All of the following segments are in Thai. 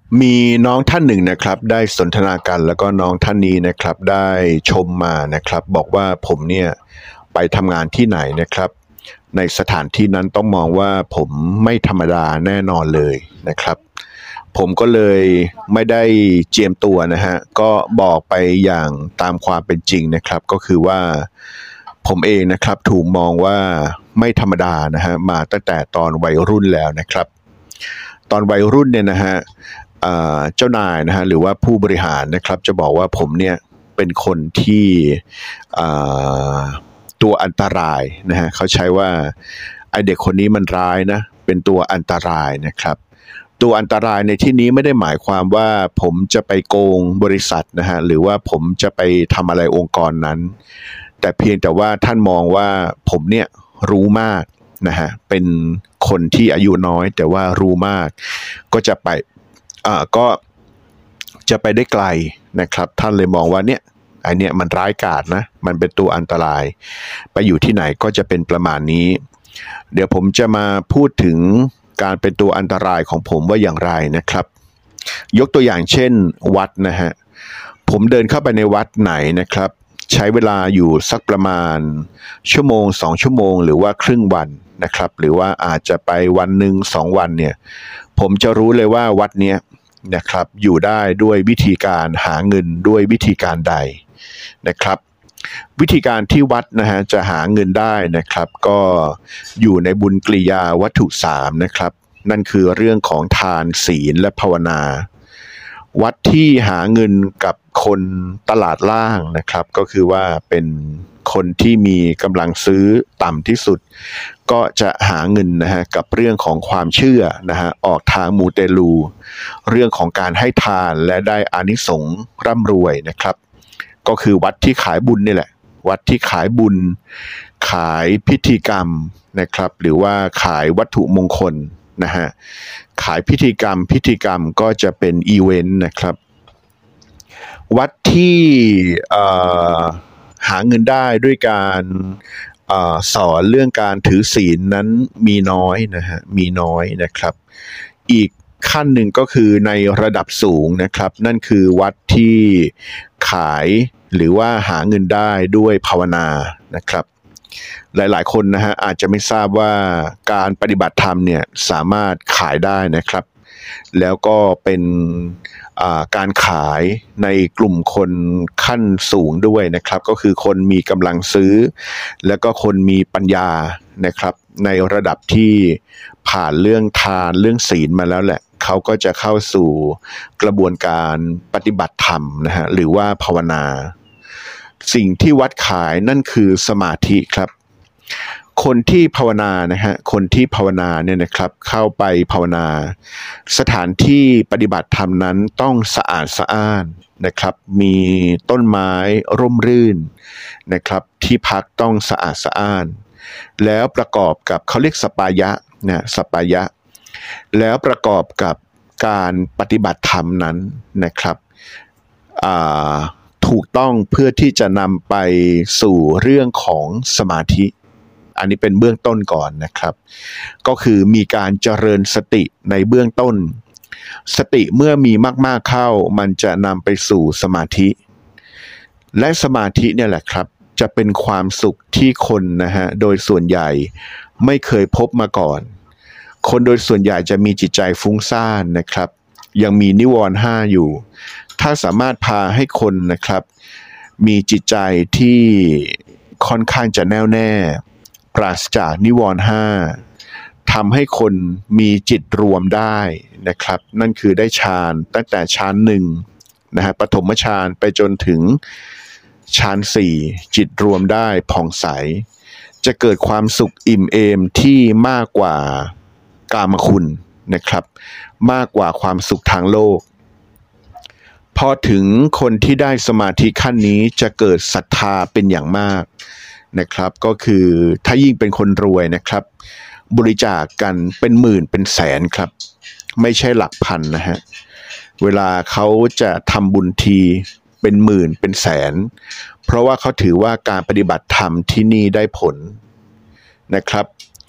มีน้องท่านหนึ่งนะครับได้สนทนากันแล้วก็น้องท่านนี้นะครับได้ชมมานะครับบอกว่าผมเนี่ยไปทำงานที่ไหนนะครับในสถานที่นั้นต้องมองว่าผมไม่ธรรมดาแน่นอนเลยนะครับผมก็เลยไม่ได้เจียมตัวนะฮะก็บอกไปอย่างตามความเป็นจริงนะครับก็คือว่าผมเองนะครับถูกมองว่าไม่ธรรมดานะฮะมาตั้งแต่ตอนวัยรุ่นแล้วนะครับตอนวัยรุ่นเนี่ยนะฮะเจ้านายนะฮะหรือว่าผู้บริหารนะครับจะบอกว่าผมเนี่ยเป็นคนที่ตัวอันตรายนะฮะเขาใช้ว่าไอเด็กคนนี้มันร้ายนะเป็นตัวอันตรายนะครับตัวอันตรายในที่นี้ไม่ได้หมายความว่าผมจะไปโกงบริษัทนะฮะหรือว่าผมจะไปทำอะไรองค์กรนั้นแต่เพียงแต่ว่าท่านมองว่าผมเนี่ยรู้มากนะฮะเป็นคนที่อายุน้อยแต่ว่ารู้มากก็จะไปก็จะไปได้ไกลนะครับท่านเลยมองว่าเนี่ยไอเนี่ยมันร้ายกาจนะมันเป็นตัวอันตรายไปอยู่ที่ไหนก็จะเป็นประมาณนี้เดี๋ยวผมจะมาพูดถึงการเป็นตัวอันตรายของผมว่าอย่างไรนะครับยกตัวอย่างเช่นวัดนะฮะผมเดินเข้าไปในวัดไหนนะครับใช้เวลาอยู่สักประมาณชั่วโมง2ชั่วโมงหรือว่าครึ่งวันนะครับหรือว่าอาจจะไปวันหนึ่ง2วันเนี่ยผมจะรู้เลยว่าวัดเนี้ยนะครับอยู่ได้ด้วยวิธีการหาเงินด้วยวิธีการใดนะครับวิธีการที่วัดนะฮะจะหาเงินได้นะครับก็อยู่ในบุญกริยาวัตถุ3นะครับนั่นคือเรื่องของทานศีลและภาวนาวัดที่หาเงินกับคนตลาดล่างนะครับก็คือว่าเป็นคนที่มีกำลังซื้อต่ำที่สุดก็จะหาเงินนะฮะกับเรื่องของความเชื่อนะฮะออกทางมูเตลูเรื่องของการให้ทานและได้อานิสงส์ร่ำรวยนะครับก็คือวัดที่ขายบุญนี่แหละวัดที่ขายบุญขายพิธีกรรมนะครับหรือว่าขายวัตถุมงคลนะฮะขายพิธีกรรมก็จะเป็นอีเวนต์นะครับวัดที่หาเงินได้ด้วยการสอนเรื่องการถือศีลนั้นมีน้อยนะฮะมีน้อยนะครับอีกขั้นหนึ่งก็คือในระดับสูงนะครับนั่นคือวัดที่ขายหรือว่าหาเงินได้ด้วยภาวนานะครับหลายๆคนนะฮะอาจจะไม่ทราบว่าการปฏิบัติธรรมเนี่ยสามารถขายได้นะครับแล้วก็เป็นการขายในกลุ่มคนขั้นสูงด้วยนะครับก็คือคนมีกำลังซื้อแล้วก็คนมีปัญญานะครับในระดับที่ผ่านเรื่องทานเรื่องศีลมาแล้วแหละเขาก็จะเข้าสู่กระบวนการปฏิบัติธรรมนะฮะหรือว่าภาวนาสิ่งที่วัดขายนั่นคือสมาธิครับคนที่ภาวนานะฮะคนที่ภาวนาเนี่ยนะครับเข้าไปภาวนาสถานที่ปฏิบัติธรรมนั้นต้องสะอาดสะอ้านนะครับมีต้นไม้ร่มรื่นนะครับที่พักต้องสะอาดสะอ้านแล้วประกอบกับเขาเรียกสปายะนะสปายะแล้วประกอบกับการปฏิบัติธรรมนั้นนะครับถูกต้องเพื่อที่จะนำไปสู่เรื่องของสมาธิอันนี้เป็นเบื้องต้นก่อนนะครับก็คือมีการเจริญสติในเบื้องต้นสติเมื่อมีมากๆเข้ามันจะนำไปสู่สมาธิและสมาธิเนี่ยแหละครับจะเป็นความสุขที่คนนะฮะโดยส่วนใหญ่ไม่เคยพบมาก่อนคนโดยส่วนใหญ่จะมีจิตใจฟุ้งซ่านนะครับยังมีนิวรณ์5อยู่ถ้าสามารถพาให้คนนะครับมีจิตใจที่ค่อนข้างจะแน่วแน่ปราศจากนิวรณ์5ทำให้คนมีจิตรวมได้นะครับนั่นคือได้ฌานตั้งแต่ฌาน1นะฮะปฐมฌานไปจนถึงฌาน4จิตรวมได้ผ่องใสจะเกิดความสุขอิ่มเอมที่มากกว่ากามคุณนะครับมากกว่าความสุขทางโลกพอถึงคนที่ได้สมาธิขั้นนี้จะเกิดศรัทธาเป็นอย่างมากนะครับก็คือถ้ายิ่งเป็นคนรวยนะครับบริจาคกันเป็นหมื่นเป็นแสนครับไม่ใช่หลักพันนะฮะเวลาเขาจะทำบุญทีเป็นหมื่นเป็นแสนเพราะว่าเขาถือว่าการปฏิบัติธรรมที่นี่ได้ผลนะครับ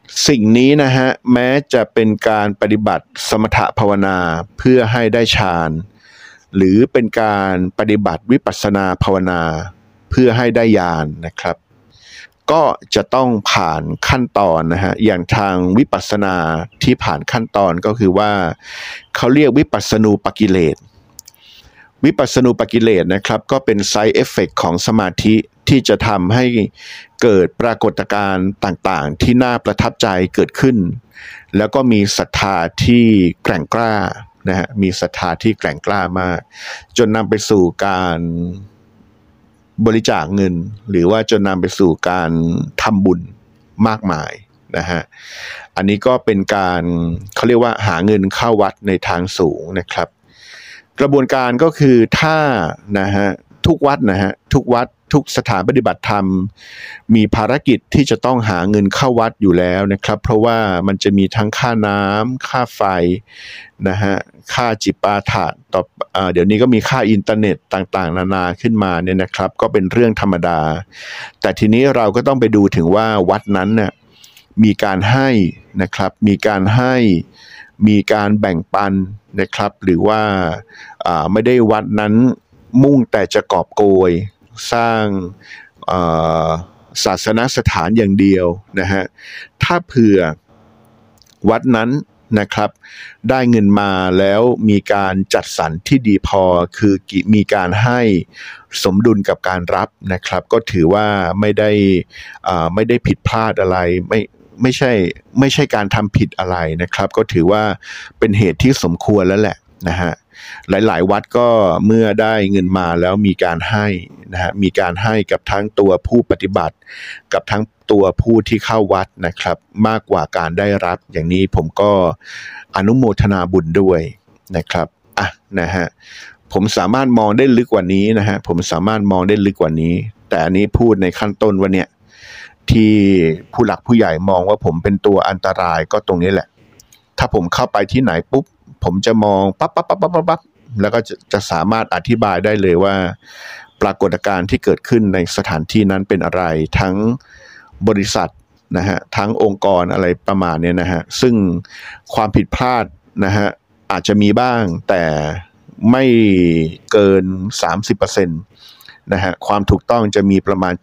สิ่งนี้นะฮะแม้จะเป็นการปฏิบัติสมถภาวนาเพื่อให้ได้ฌานหรือเป็นการปฏิบัติวิปัสสนาภาวนาเพื่อให้ได้ญาณนะครับก็จะต้องผ่านขั้นตอนนะฮะอย่างทางวิปัสสนาที่ผ่านขั้นตอนก็คือว่าเขาเรียกวิปัสสนูปกิเลสวิปัสสนูปกิเลสนะครับก็เป็น side effect ของสมาธิที่จะทำให้เกิดปรากฏการณ์ต่างๆที่น่าประทับใจเกิดขึ้นแล้วก็มีศรัทธาที่แกร่งกล้านะฮะมีศรัทธาที่แกร่งกล้ามากจนนำไปสู่การบริจาคเงินหรือว่าจนนำไปสู่การทำบุญมากมายนะฮะอันนี้ก็เป็นการเขาเรียกว่าหาเงินเข้าวัดในทางสูงนะครับกระบวนการก็คือถ้านะฮะทุกวัดนะฮะทุกวัดทุกสถานปฏิบัติธรรมมีภารกิจที่จะต้องหาเงินเข้าวัดอยู่แล้วนะครับเพราะว่ามันจะมีทั้งค่าน้ำค่าไฟนะฮะค่าจิปาถะต่อเดี๋ยวนี้ก็มีค่าอินเทอร์เน็ตต่างๆนานาขึ้นมาเนี่ยนะครับก็เป็นเรื่องธรรมดาแต่ทีนี้เราก็ต้องไปดูถึงว่าวัดนั้นเนี่ยมีการให้นะครับมีการให้มีการแบ่งปันนะครับหรือว่าไม่ได้วัดนั้นมุ่งแต่จะกอบโกยสร้างศาสนสถานอย่างเดียวนะฮะถ้าเผื่อวัดนั้นนะครับได้เงินมาแล้วมีการจัดสรรที่ดีพอคือมีการให้สมดุลกับการรับนะครับก็ถือว่าไม่ได้ผิดพลาดอะไรไม่ใช่การทำผิดอะไรนะครับก็ถือว่าเป็นเหตุที่สมควรแล้วแหละนะฮะหลายๆวัดก็เมื่อได้เงินมาแล้วมีการให้นะฮะมีการให้กับทั้งตัวผู้ปฏิบัติกับทั้งตัวผู้ที่เข้าวัดนะครับมากกว่าการได้รับอย่างนี้ผมก็อนุโมทนาบุญด้วยนะครับนะฮะผมสามารถมองได้ลึกกว่านี้นะฮะผมสามารถมองได้ลึกกว่านี้แต่อันนี้พูดในขั้นต้นว่าเนี่ยที่ผู้หลักผู้ใหญ่มองว่าผมเป็นตัวอันตรายก็ตรงนี้แหละถ้าผมเข้าไปที่ไหนปุ๊บผมจะมองปั๊บแล้วก็จะสามารถอธิบายได้เลยว่าปรากฏการณ์ที่เกิดขึ้นในสถานที่นั้นเป็นอะไรทั้งบริษัทนะฮะทั้งองค์กรอะไรประมาณนี้นะฮะซึ่งความผิดพลาดนะฮะอาจจะมีบ้างแต่ไม่เกิน 30% นะฮะความถูกต้องจะมีประมาณ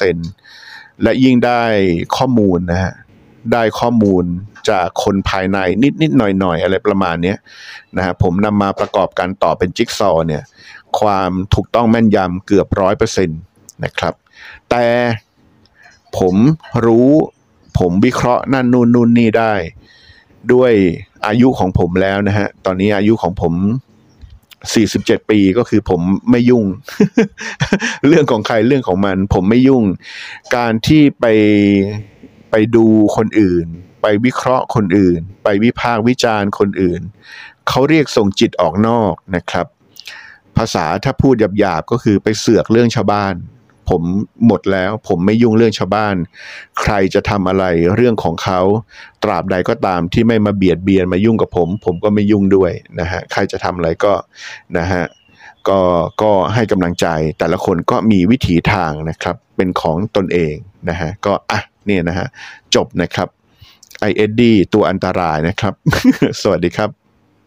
70% และยิ่งได้ข้อมูลนะฮะได้ข้อมูลจากคนภายในนิดหน่อยอะไรประมาณนี้นะฮะผมนำมาประกอบกันต่อเป็นจิ๊กซอว์เนี่ยความถูกต้องแม่นยำเกือบ 100% นะครับแต่ผมรู้ผมวิเคราะห์นั่นนู่นนี่ได้ด้วยอายุของผมแล้วนะฮะตอนนี้อายุของผม47 ปีก็คือผมไม่ยุ่ง เรื่องของใครเรื่องของมันผมไม่ยุ่งการที่ไปดูคนอื่นไปวิเคราะห์คนอื่นไปวิพากษ์วิจารณ์คนอื่นเขาเรียกส่งจิตออกนอกนะครับภาษาถ้าพูดหยาบๆก็คือไปเสือกเรื่องชาวบ้านผมหมดแล้วผมไม่ยุ่งเรื่องชาวบ้านใครจะทำอะไรเรื่องของเขาตราบใดก็ตามที่ไม่มาเบียดเบียนมายุ่งกับผมก็ไม่ยุ่งด้วยนะฮะใครจะทำอะไรก็นะฮะก็ให้กำลังใจแต่ละคนก็มีวิถีทางนะครับเป็นของตนเองนะฮะก็เนี่ยนะฮะจบนะครับISD ตัวอันตรายนะครับ สวัสดีครับ